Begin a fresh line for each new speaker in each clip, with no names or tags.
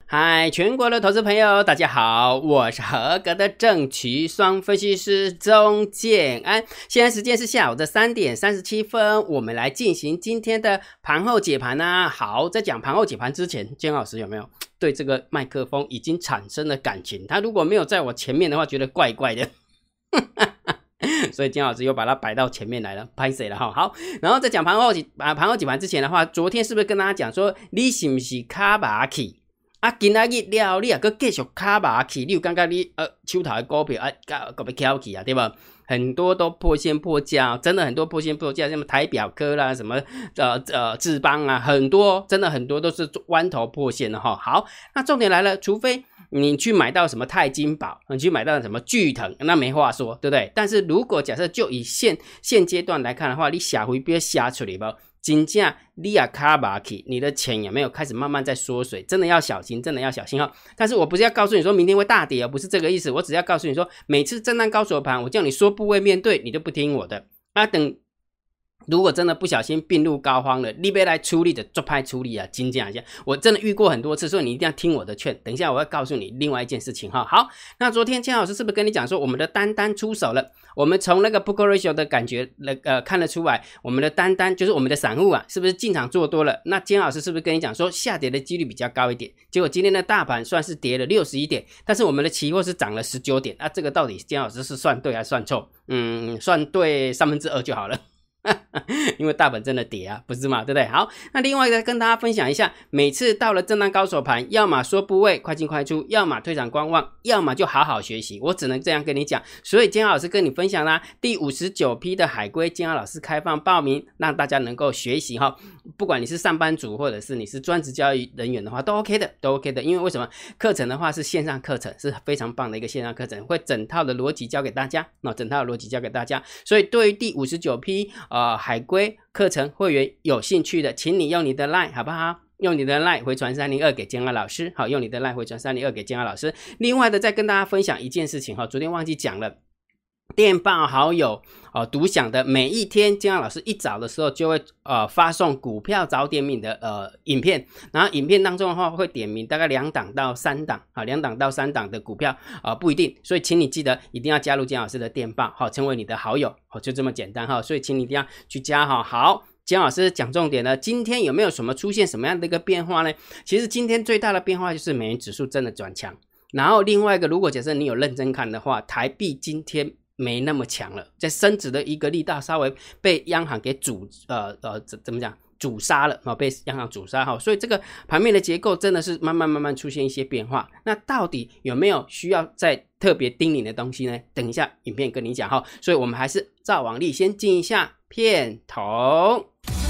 嗨，全国的投资朋友，大家好，我是合格的正奇双分析师钟建安。现在时间是下午的3点37分，我们来进行今天的盘后解盘啊。好，在讲盘后解盘之前，建安老师有没有对这个麦克风已经产生了感情？他如果没有在我前面的话，觉得怪怪的。所以金老师又把它摆到前面来了，拍谁了哈？好，然后在讲盘后解盘之前的话，昨天是不是跟大家讲说，你是不是卡巴去？啊，今仔日了，你也搁继续卡巴去，你有感觉你手头的股票搁要翘起啊，对吧？很多都破线破价，真的很多破线破价，什么台表科啦，什么智邦啊，很多真的很多都是弯头破线的哈。好，那重点来了，除非你去买到什么钛金宝，你去买到什么巨腾，那没话说，对不对？但是如果假设就以现阶段来看的话，你下回别下出来吧。真正你也卡巴去，你的钱有没有开始慢慢在缩水？真的要小心，真的要小心哈！但是我不是要告诉你说明天会大跌，不是这个意思，我只要告诉你说，每次震荡高手盘，我叫你说部位面对，你就不听我的啊！等如果真的不小心病入膏肓了，你别来处理的做派处理啊！精简一下，我真的遇过很多次，所以你一定要听我的劝。等一下我要告诉你另外一件事情哈。好，那昨天建老师是不是跟你讲说我们的单出手了？我们从那个 book ratio 的感觉看得出来，我们的单就是我们的散户啊，是不是进场做多了？那建老师是不是跟你讲说下跌的几率比较高一点？结果今天的大盘算是跌了61点，但是我们的期货是涨了19点。这个到底建老师是算对还是算错？算对2/3就好了。因为大盘真的跌啊，不是吗？对不对？好，那另外一个跟大家分享一下，每次到了震荡高手盘，要么说部位快进快出，要么退场观望，要么就好好学习，我只能这样跟你讲。所以建安老师跟你分享啦，第59批的海龟，建安老师开放报名，让大家能够学习哈。不管你是上班族或者是你是专职交易人员的话，都 OK 的，都 OK 的。因为为什么课程的话是线上课程，是非常棒的一个线上课程，会整套的逻辑教给大家，所以对于第59批海龟课程会员有兴趣的，请你用你的 LINE 好不好？用你的 LINE 回传302给建安老师，好，用你的 LINE 回传302给建安老师。另外的再跟大家分享一件事情哈，昨天忘记讲了。电报好友独享的每一天，建安老师一早的时候就会发送股票早点名的影片，然后影片当中的话会点名大概2档到3档2档到3档的股票不一定，所以请你记得一定要加入建安老师的电报成为你的好友就这么简单所以请你一定要去加好。建安老师讲重点了，今天有没有出现什么样的一个变化呢？其实今天最大的变化就是美元指数真的转强，然后另外一个，如果假设你有认真看的话，台币今天没那么强了，在升值的一个力道稍微被央行给怎么讲阻杀了被央行阻杀所以这个盘面的结构真的是慢慢出现一些变化。那到底有没有需要再特别叮咛的东西呢？等一下影片跟你讲所以我们还是照往例先进一下片头。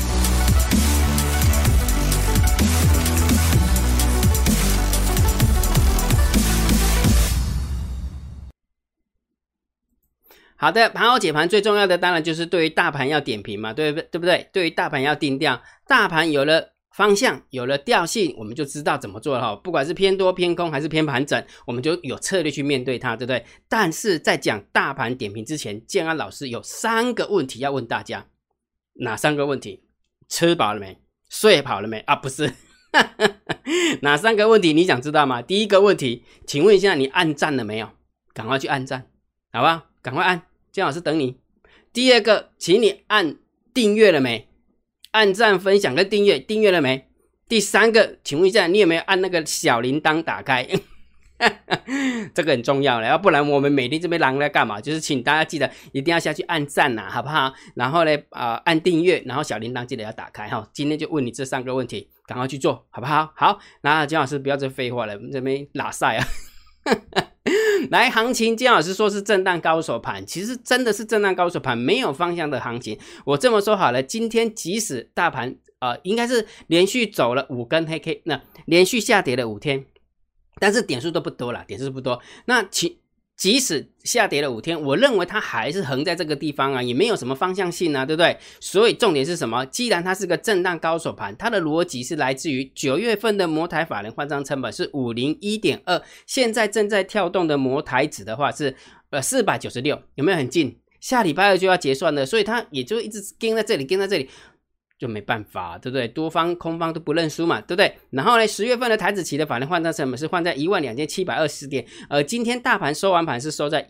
好的，盘后解盘最重要的当然就是对于大盘要点评嘛，对不对？对于大盘要定调，大盘有了方向，有了调性，我们就知道怎么做了不管是偏多偏空还是偏盘整，我们就有策略去面对它，对不对？但是在讲大盘点评之前，建安老师有3个问题要问大家。哪3个问题？吃饱了没？睡好了没？不是哪3个问题你想知道吗？第一个问题，请问一下你按赞了没有？赶快去按赞好不好？赶快按，建安老师等你。第二个，请你按订阅了没？按赞、分享跟订阅了没？第3个，请问一下你有没有按那个小铃铛打开？这个很重要了，要不然我们每天这边狼在干嘛？就是请大家记得一定要下去按赞好不好？然后呢按订阅，然后小铃铛记得要打开今天就问你这3个问题，赶快去做好不好？好，那建安老师不要再废话了，我们这边拉赛来，行情建安老师说是震荡高手盘，其实真的是震荡高手盘，没有方向的行情。我这么说好了，今天即使大盘应该是连续走了5根黑 K， 那连续下跌了5天，但是点数都不多啦，点数不多。那即使下跌了5天，我认为它还是横在这个地方也没有什么方向性对不对？所以重点是什么？既然它是个震荡高手盘，它的逻辑是来自于9月份的摩台法人换仓成本是 501.2， 现在正在跳动的摩台指的话是496，有没有很近？下礼拜2就要结算了，所以它也就一直跟在这里， 就没办法，对不对？多方空方都不认输嘛，对不对？然后呢，10月份的台指期的法人换仓成本是换在12720点，今天大盘收完盘是收在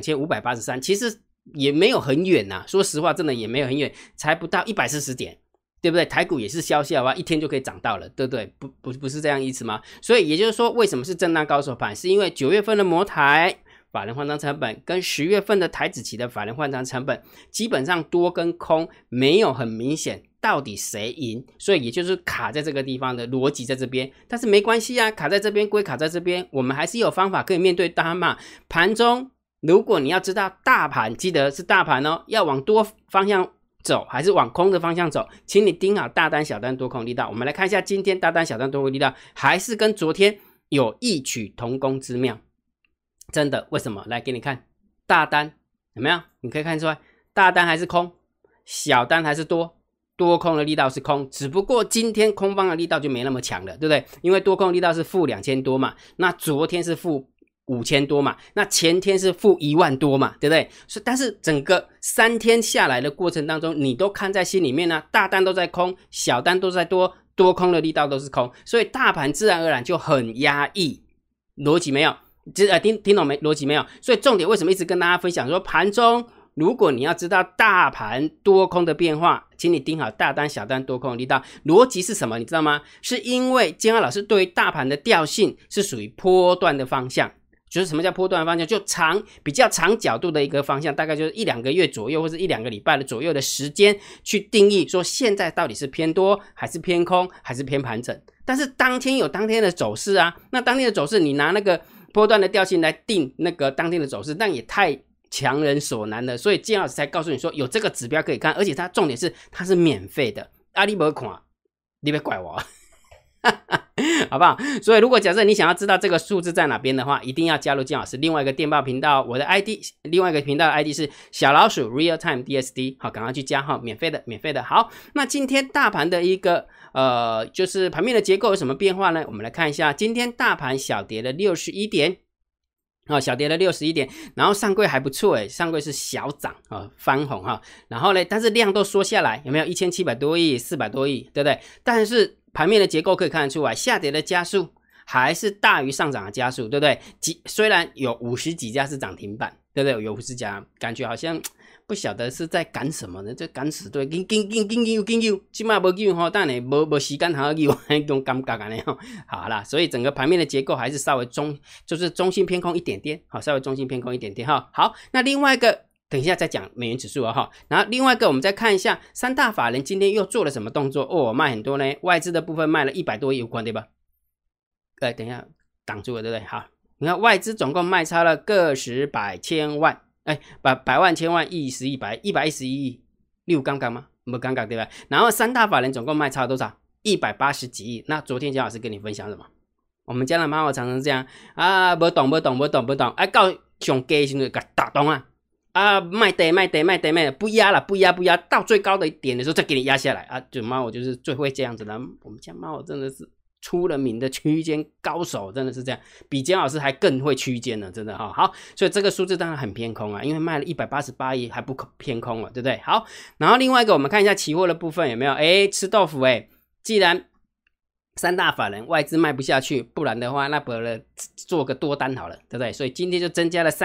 12583，其实也没有很远呐，说实话，真的也没有很远，才不到140点。对不对？台股也是小小啊，一天就可以涨到了，对不对？不是这样意思吗？所以也就是说，为什么是震荡高手盘？是因为9月份的摩台法人换仓成本跟10月份的台指期的法人换仓成本，基本上多跟空没有很明显，到底谁赢？所以也就是卡在这个地方的逻辑在这边，但是没关系啊，卡在这边归卡在这边，我们还是有方法可以面对它嘛。盘中如果你要知道大盘，记得是大盘哦，要往多方向走还是往空的方向走，请你盯好大单小单多空力道。我们来看一下今天大单小单多空力道还是跟昨天有异曲同工之妙，真的。为什么？来给你看大单有没有？你可以看出来大单还是空，小单还是多，多空的力道是空，只不过今天空方的力道就没那么强了，对不对？因为多空的力道是负2000多嘛，那昨天是负5000多嘛，那前天是负10000多嘛，对不对？但是整个3天下来的过程当中，你都看在心里面呢，大单都在空，小单都在多，多空的力道都是空，所以大盘自然而然就很压抑。逻辑没有？听懂没？逻辑没有？所以重点为什么一直跟大家分享说，盘中如果你要知道大盘多空的变化，请你盯好大单小单多空的力道。逻辑是什么？你知道吗？是因为建安老师对于大盘的调性是属于波段的方向。就是什么叫波段的方向？就比较长角度的一个方向，大概就是1-2个月左右，或者1-2个礼拜的左右的时间去定义说现在到底是偏多还是偏空还是偏盘整。但是当天有当天的走势啊，那当天的走势你拿那个波段的调性来定那个当天的走势，那也太强人所难了。所以建老师才告诉你说有这个指标可以看，而且它重点是它是免费的，你没看你别怪我好不好？所以如果假设你想要知道这个数字在哪边的话，一定要加入建老师另外一个电报频道，我的 ID 另外一个频道的 ID 是小老鼠 Real Time DSD， 好，赶快去加哈，免费的。好，那今天大盘的一个就是盘面的结构有什么变化呢？我们来看一下，今天大盘小跌了61点。小跌了61点，然后上柜还不错上柜是小涨翻红然后呢，但是量都缩下来，有没有1700多亿、400多亿，对不对？但是盘面的结构可以看得出来，下跌的家数还是大于上涨的家数，对不对？虽然有50几家是涨停板，对不对？有50家，感觉好像不晓得是在赶什么呢？这赶死对，紧，现在没救但你没时间还要救，那种感觉啊好啦，所以整个盘面的结构还是稍微就是中性偏空一点点，好，稍微中性偏空一点点哈。好，那另外一个等一下再讲美元指数哈。然后另外一个我们再看一下三大法人今天又做了什么动作卖很多呢？外资的部分卖了100多亿有关对吧？等一下挡住了对不对？好，你看外资总共卖超了个十百千万。百万千万亿十亿111亿，你有尴尬吗？没尴尬对吧？然后三大法人总共卖超了多少？180几亿。那昨天姜老师跟你分享什么？我们家的妈妈常常这样不懂，到上低的时候给打动卖得不压了，不压，到最高的一点的时候再给你压下来就妈我就是最会这样子的。我们家妈我真的是出了名的区间高手，真的是这样，比姜老师还更会区间呢，真的好，所以这个数字当然很偏空因为卖了188亿还不偏空对不对？好，然后另外一个我们看一下期货的部分有没有吃豆腐既然三大法人外资卖不下去，不然的话那不然做个多单好了，对不对？所以今天就增加了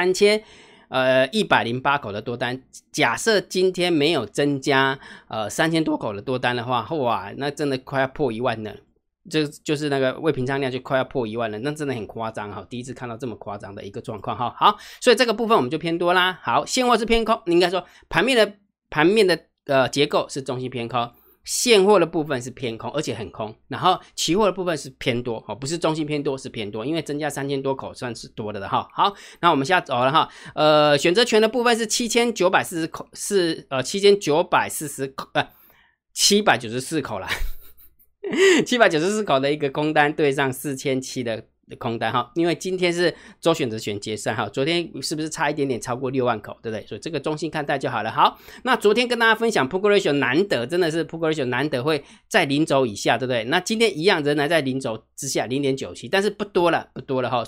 3108口的多单。假设今天没有增加3000多口的多单的话，哇，那真的快要破1万了。就是那个未平仓量就快要破1万了，那真的很夸张第一次看到这么夸张的一个状况好，所以这个部分我们就偏多啦。好，现货是偏空，应该说盘面的结构是中性偏空，现货的部分是偏空，而且很空。然后期货的部分是偏多不是中性偏多，是偏多，因为增加3000多口算是多的好，那我们现在走了选择权的部分是7940口，是7940口794口啦。794口的一个空单对上4700的空单因为今天是周选择权结算昨天是不是差一点点超过6万口，对不对？所以这个中性看待就好了。好，那昨天跟大家分享 Put Ratio 难得，真的是 Put Ratio 难得会在0轴以下，对不对？那今天一样仍然在0轴之下 0.97， 但是不多了所以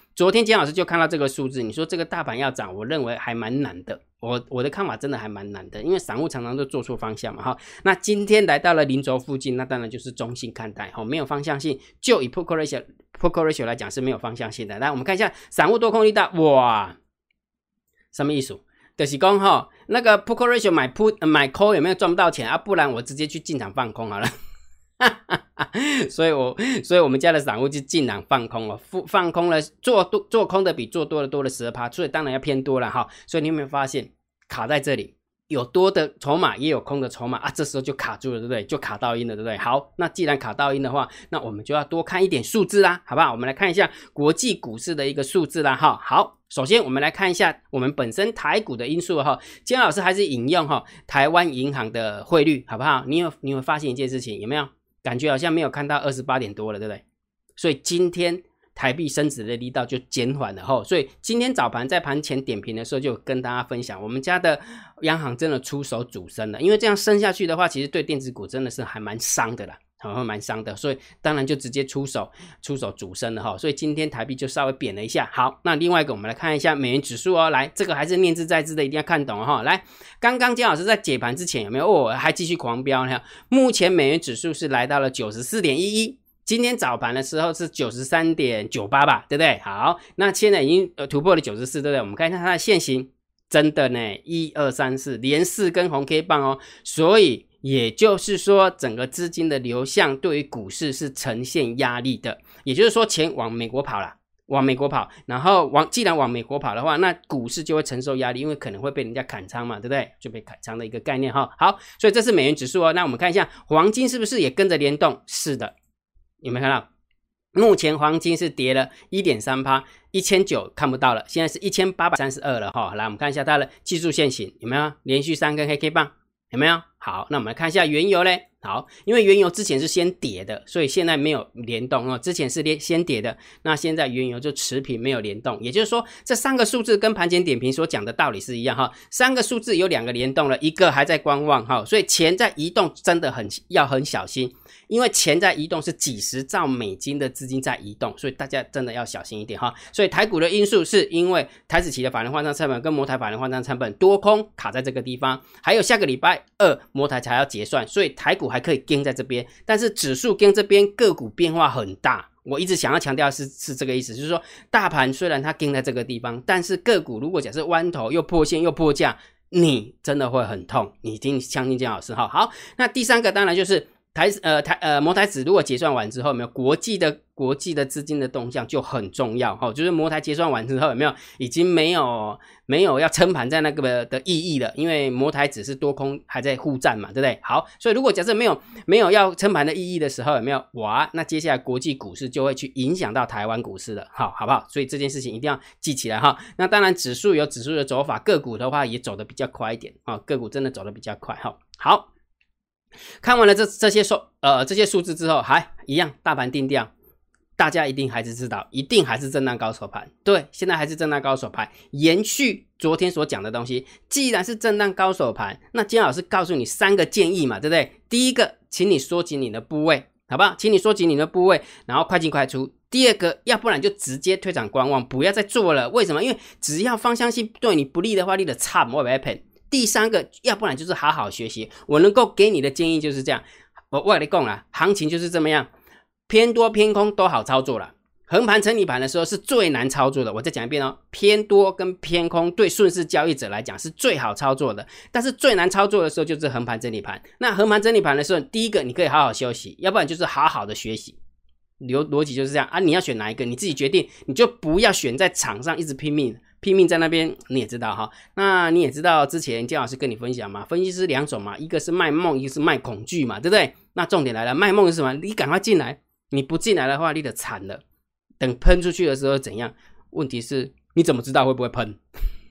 昨天姜老师就看到这个数字，你说这个大盘要涨，我认为还蛮难的。我的看法真的还蛮难的，因为散户常常都做错方向嘛哈。那今天来到了零轴附近，那当然就是中性看待哈，没有方向性。就以 Put Call Ratio 来讲是没有方向性的。来，我们看一下散户多空力道，哇，什么意思？就是说哈，那个 Put Call Ratio 买 call 有没有赚不到钱啊？不然我直接去进场放空好了。所以我们家的散户就进场放空了，放空了，做空的比做多的多了12%，所以当然要偏多了哈。所以你有没有发现卡在这里，有多的筹码也有空的筹码啊，这时候就卡住了，对不对？就卡到阴了，对不对？好，那既然卡到阴的话，那我们就要多看一点数字啦，好不好？我们来看一下国际股市的一个数字啦哈。好。首先我们来看一下我们本身台股的因素哈，今天老师还是引用哈台湾银行的汇率，好不好？你有发现一件事情，有没有感觉好像没有看到28点多了，对不对？所以今天台币升值的力道就减缓了哈，所以今天早盘在盘前点评的时候就跟大家分享，我们家的央行真的出手主升了，因为这样升下去的话，其实对电子股真的是还蛮伤的啦。会蛮伤的，所以当然就直接出手主升了哈，所以今天台币就稍微贬了一下。好，那另外一个我们来看一下美元指数哦，来这个还是念兹在兹的，一定要看懂哈。来，刚刚姜老师在解盘之前有没有还继续狂飙呢？目前美元指数是来到了 94.11， 今天早盘的时候是 93.98 吧，对不对？好，那现在已经突破了94，对不对？我们看一下它的线型，真的呢，1、2、3、4连4根红 K 棒哦，所以也就是说整个资金的流向对于股市是呈现压力的，也就是说钱往美国跑啦，往美国跑，然后既然往美国跑的话，那股市就会承受压力，因为可能会被人家砍仓嘛，对不对？就被砍仓的一个概念哈。好，所以这是美元指数哦。那我们看一下黄金是不是也跟着联动？是的，有没有看到？目前黄金是跌了 1.3%， 1900看不到了，现在是1832了哈。来，我们看一下它的技术线型，有没有连续3根黑 K 棒？有没有？好，那我们来看一下原油嘞。好，因为原油之前是先跌的，所以现在没有联动哦。之前是先跌的，那现在原油就持平，没有联动。也就是说，这3个数字跟盘前点评所讲的道理是一样哈。3个数字有2个联动了，一个还在观望哈。所以钱在移动真的要很小心，因为钱在移动是几十兆美金的资金在移动，所以大家真的要小心一点哈。所以台股的因素是因为台指期的法人换仓成本跟摩台法人换仓成本多空卡在这个地方，还有下个礼拜2摩台才要结算，所以台股还可以跟在这边，但是指数跟这边个股变化很大。我一直想要强调是这个意思，就是说大盘虽然它跟在这个地方，但是个股如果假设弯头又破线又破价，你真的会很痛。你一定相信姜老师哈。好，那第3个当然就是摩台指如果结算完之后，有没有国际的资金的动向就很重要哈，就是摩台结算完之后有没有已经没有要撑盘在那个的意义了，因为摩台只是多空还在互战嘛，对不对？好，所以如果假设没有要撑盘的意义的时候，有没有哇？那接下来国际股市就会去影响到台湾股市了，好不好？所以这件事情一定要记起来哈。那当然指数有指数的走法，个股的话也走得比较快一点啊，个股真的走得比较快哈。好。看完了这些数字之后，还一样大盘定调，大家一定还是知道，一定还是震荡高手盘。对，现在还是震荡高手盘，延续昨天所讲的东西。既然是震荡高手盘，那姜老师告诉你3个建议嘛，对不对？第一个，请你缩紧你的部位，好不好？请你缩紧你的部位，然后快进快出。第2个，要不然就直接退场观望，不要再做了。为什么？因为只要方向性对你不利的话，你的惨我会赔。第3个，要不然就是好好学习。我能够给你的建议就是这样，我跟你讲啦，行情就是这么样，偏多偏空都好操作啦。横盘整理盘的时候是最难操作的，我再讲一遍哦，偏多跟偏空对顺势交易者来讲是最好操作的，但是最难操作的时候就是横盘整理盘。那横盘整理盘的时候，第一个你可以好好休息，要不然就是好好的学习。逻辑就是这样啊，你要选哪一个你自己决定，你就不要选在场上一直拼命在那边，你也知道哈。那你也知道之前姜老师跟你分享嘛，分析师2种嘛，一个是卖梦，一个是卖恐惧嘛，对不对？那重点来了，卖梦是什么？你赶快进来，你不进来的话，你就惨了。等喷出去的时候怎样？问题是你怎么知道会不会喷？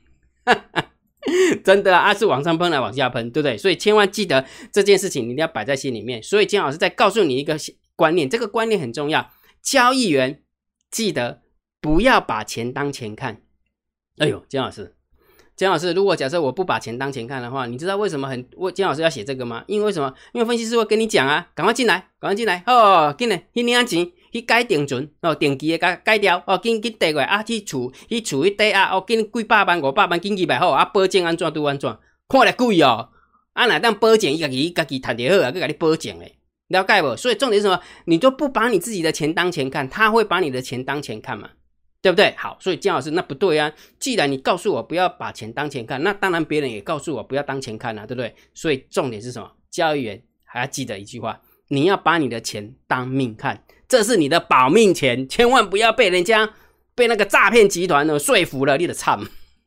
真的啊，是往上喷来往下喷，对不对？所以千万记得这件事情，你一定要摆在心里面。所以姜老师在告诉你一个观念，这个观念很重要。交易员记得不要把钱当钱看。哎呦，姜老师，如果假设我不把钱当钱看的话，你知道为什么姜老师要写这个吗？因为为什么？因为分析师会跟你讲啊，赶快进来哦，进来，你领钱， 去改定存哦，定期的改掉哦，紧贷过啊，去厝去贷啊，哦，紧几百万500万紧去买好啊，保证安怎拄安怎，看来贵哦，啊若当保证伊家己赚得好啊，佮甲你保证诶，了解无？所以重点是什么？你都不把你自己的钱当钱看，他会把你的钱当钱看嘛？对不对？好，所以姜老师那不对啊！既然你告诉我不要把钱当钱看，那当然别人也告诉我不要当钱看啊，对不对？所以重点是什么？交易员还要记得一句话：你要把你的钱当命看，这是你的保命钱，千万不要被那个诈骗集团说服了，你的惨。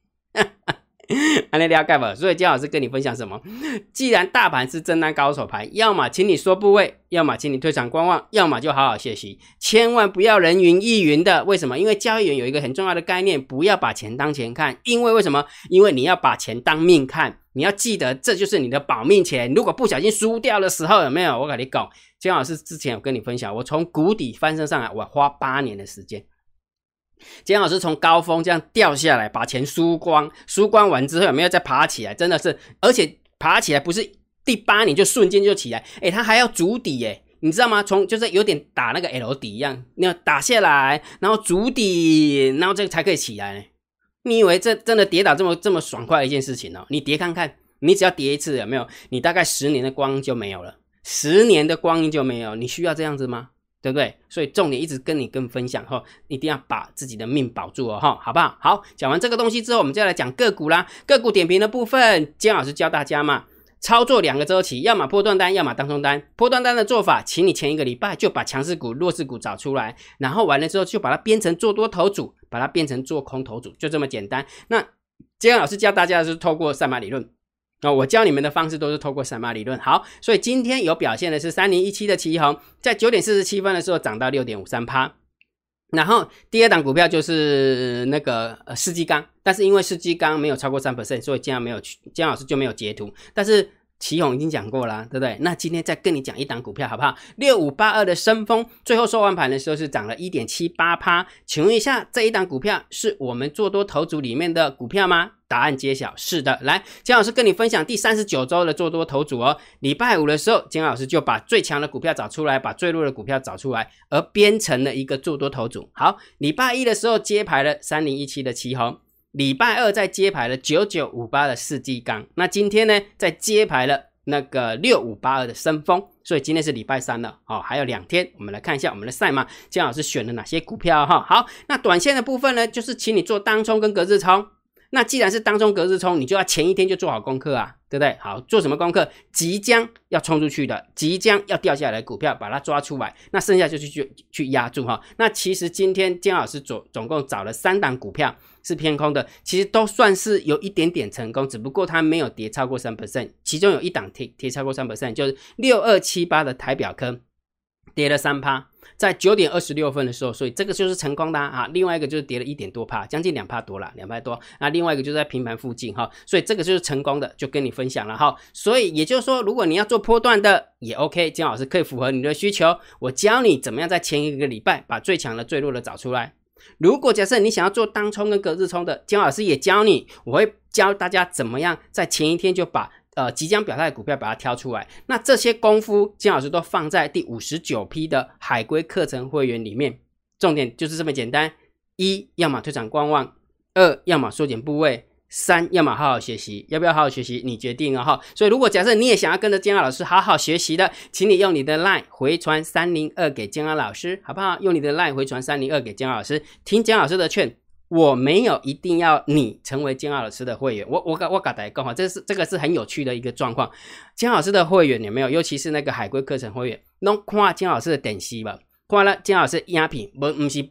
你了解吧？所以姜老师跟你分享什么？既然大盘是震荡高手盘，要么请你缩部位，要么请你退场观望，要么就好好学习，千万不要人云亦云的。为什么？因为交易员有一个很重要的概念，不要把钱当钱看。因为为什么？因为你要把钱当命看，你要记得这就是你的保命钱。如果不小心输掉的时候，有没有？我跟你讲，姜老师之前有跟你分享，我从谷底翻身上来，我花8年的时间。姜老师从高峰这样掉下来，把钱输光完之后有没有再爬起来？真的是，而且爬起来不是第8年就瞬间就起来，他还要筑底你知道吗？就是有点打那个 L 底一样，你要打下来，然后筑底，然后这个才可以起来呢。你以为这真的跌倒这么爽快的一件事情你跌看看，你只要跌一次有没有？你大概10年的光阴就没有了，10年的光阴就没有，你需要这样子吗？对不对？所以重点一直跟你分享一定要把自己的命保住好不好？好，讲完这个东西之后，我们就来讲个股啦。个股点评的部分，姜老师教大家嘛，操作2个周期，要么波段单，要么当冲单。波段单的做法，请你前1个礼拜就把强势股、弱势股找出来，然后完了之后就把它编成做多头组，把它变成做空头组，就这么简单。那姜老师教大家的是透过赛马理论。我教你们的方式都是透过赛马理论。好，所以今天有表现的是3017的奇鋐，在9点47分的时候涨到 6.53%。然后第2档股票就是那个世纪钢，但是因为世纪钢没有超过 3%， 所以姜老师就没有截图。但是奇鋐已经讲过啦，对不对？那今天再跟你讲一档股票好不好？6582的升锋，最后收完盘的时候是涨了 1.78%。请问一下，这一档股票是我们做多头组里面的股票吗？答案揭晓，是的。来，姜老师跟你分享第39周的做多头组礼拜5的时候，姜老师就把最强的股票找出来，把最弱的股票找出来，而编成了一个做多头组。好，礼拜1的时候接牌了3017的奇鋐，礼拜2再接牌了9958的世纪钢，那今天呢再接牌了那个6582的升锋，所以今天是礼拜3了还有2天，我们来看一下我们的赛马姜老师选了哪些股票好，那短线的部分呢，就是请你做当冲跟隔日冲。那既然是当冲隔日冲，你就要前1天就做好功课啊，对不对？好，做什么功课？即将要冲出去的，即将要掉下来的股票，把它抓出来，那剩下就去压住那其实今天姜老师总共找了3档股票是偏空的，其实都算是有一点点成功，只不过它没有跌超过 3%， 其中有一档跌超过 3%， 就是6278的台表科跌了 3%， 在9点26分的时候，所以这个就是成功的另外一个就是跌了1点多%，将近 2% 多啦，2%多。那另外一个就是在平盘附近所以这个就是成功的，就跟你分享了所以也就是说，如果你要做波段的也 OK， 姜老师可以符合你的需求，我教你怎么样在前1个礼拜把最强的最弱的找出来。如果假设你想要做当冲跟隔日冲的，姜老师也教你，我会教大家怎么样在前1天就把即将表态的股票把它挑出来。那这些功夫姜老师都放在第59批的海龟课程会员里面，重点就是这么简单：1要么退场观望，2要么缩减部位，3要么好好学习。要不要好好学习你决定所以如果假设你也想要跟着姜老师好好学习的，请你用你的 LINE 回传302给姜老师，好不好？用你的 LINE 回传302给姜老师，听姜老师的劝，我没有一定要你成为姜老师的会员，我跟大家讲这个是很有趣的一个状况。姜老师的会员有没有？尤其是那个海龟课程会员，都看姜老师的电视吧，看了姜老师的影片，不是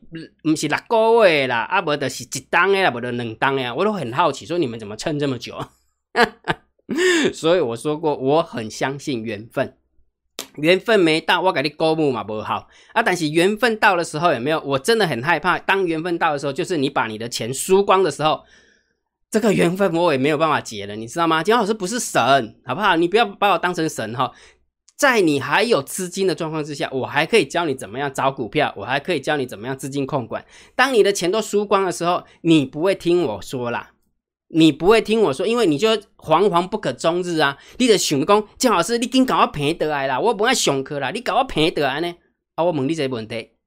6个月啦，不就是1档的啦，不就2档的，我都很好奇，说你们怎么撑这么久？所以我说过，我很相信缘分。缘分没到，我给你勾目嘛不好但是缘分到的时候有没有？我真的很害怕，当缘分到的时候，就是你把你的钱输光的时候，这个缘分我也没有办法结了，你知道吗？姜老师不是神，好不好？你不要把我当成神在你还有资金的状况之下，我还可以教你怎么样找股票，我还可以教你怎么样资金控管。当你的钱都输光的时候，你不会听我说啦，你不会听我说，因为你就惶惶不可终日你就想说姜老师你紧给我赔得来啦，我不爱上课啦，你给我赔得来呢我问你这个问题，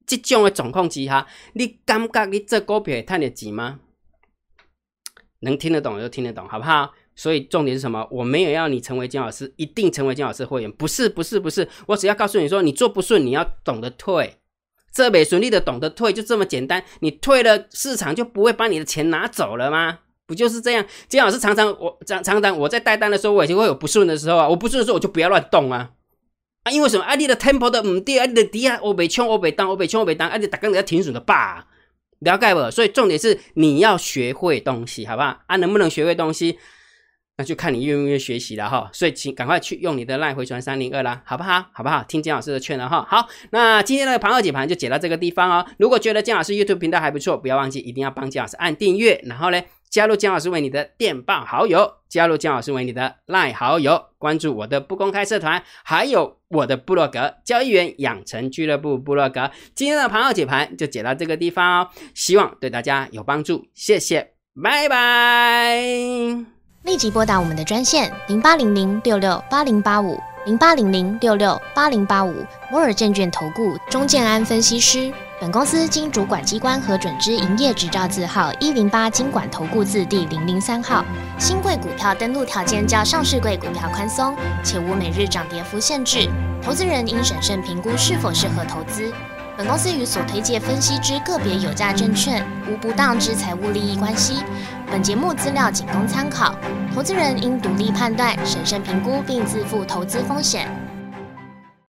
这种的状况之下，你感觉你这股票会赚到钱吗？能听得懂就听得懂，好不好？所以重点是什么？我没有要你成为姜老师，一定成为姜老师会员，不是，我只要告诉你说，你做不顺，你要懂得退，这没顺利的懂得退，就这么简单。你退了，市场就不会把你的钱拿走了吗？不就是这样？姜老师常常我在带单的时候，我也就会有不顺的时候啊，我不顺的时候我就不要乱动啊。因为什么？你的 tempo 都不对，你的底下我被冲，我被当，你大家在停损的吧？了解不？所以重点是你要学会东西，好不好？能不能学会东西，那就看你愿不愿意学习了哈。所以请赶快去用你的 LINE 回传302啦，好不好？听姜老师的劝了哈。好，那今天的盘后解盘就解到这个地方哦。如果觉得姜老师 YouTube 频道还不错，不要忘记一定要帮姜老师按订阅，然后呢，加入姜老师为你的电报好友，加入姜老师为你的 LINE 好友，关注我的不公开社团，还有我的部落格交易员养成俱乐部部落格。今天的盘后解盘就解到这个地方哦，希望对大家有帮助，谢谢，拜拜。
立即拨打我们的专线0800668085 0800668085摩尔证券投顾钟建安分析师。本公司经主管机关核准之营业执照字号108金管投顾字第003号。新贵股票登录条件较上市贵股票宽松，且无每日涨跌幅限制。投资人应审慎评估是否适合投资。本公司与所推介分析之个别有价证券无不当之财务利益关系。本节目资料仅供参考，投资人应独立判断、审慎评估并自负投资风险。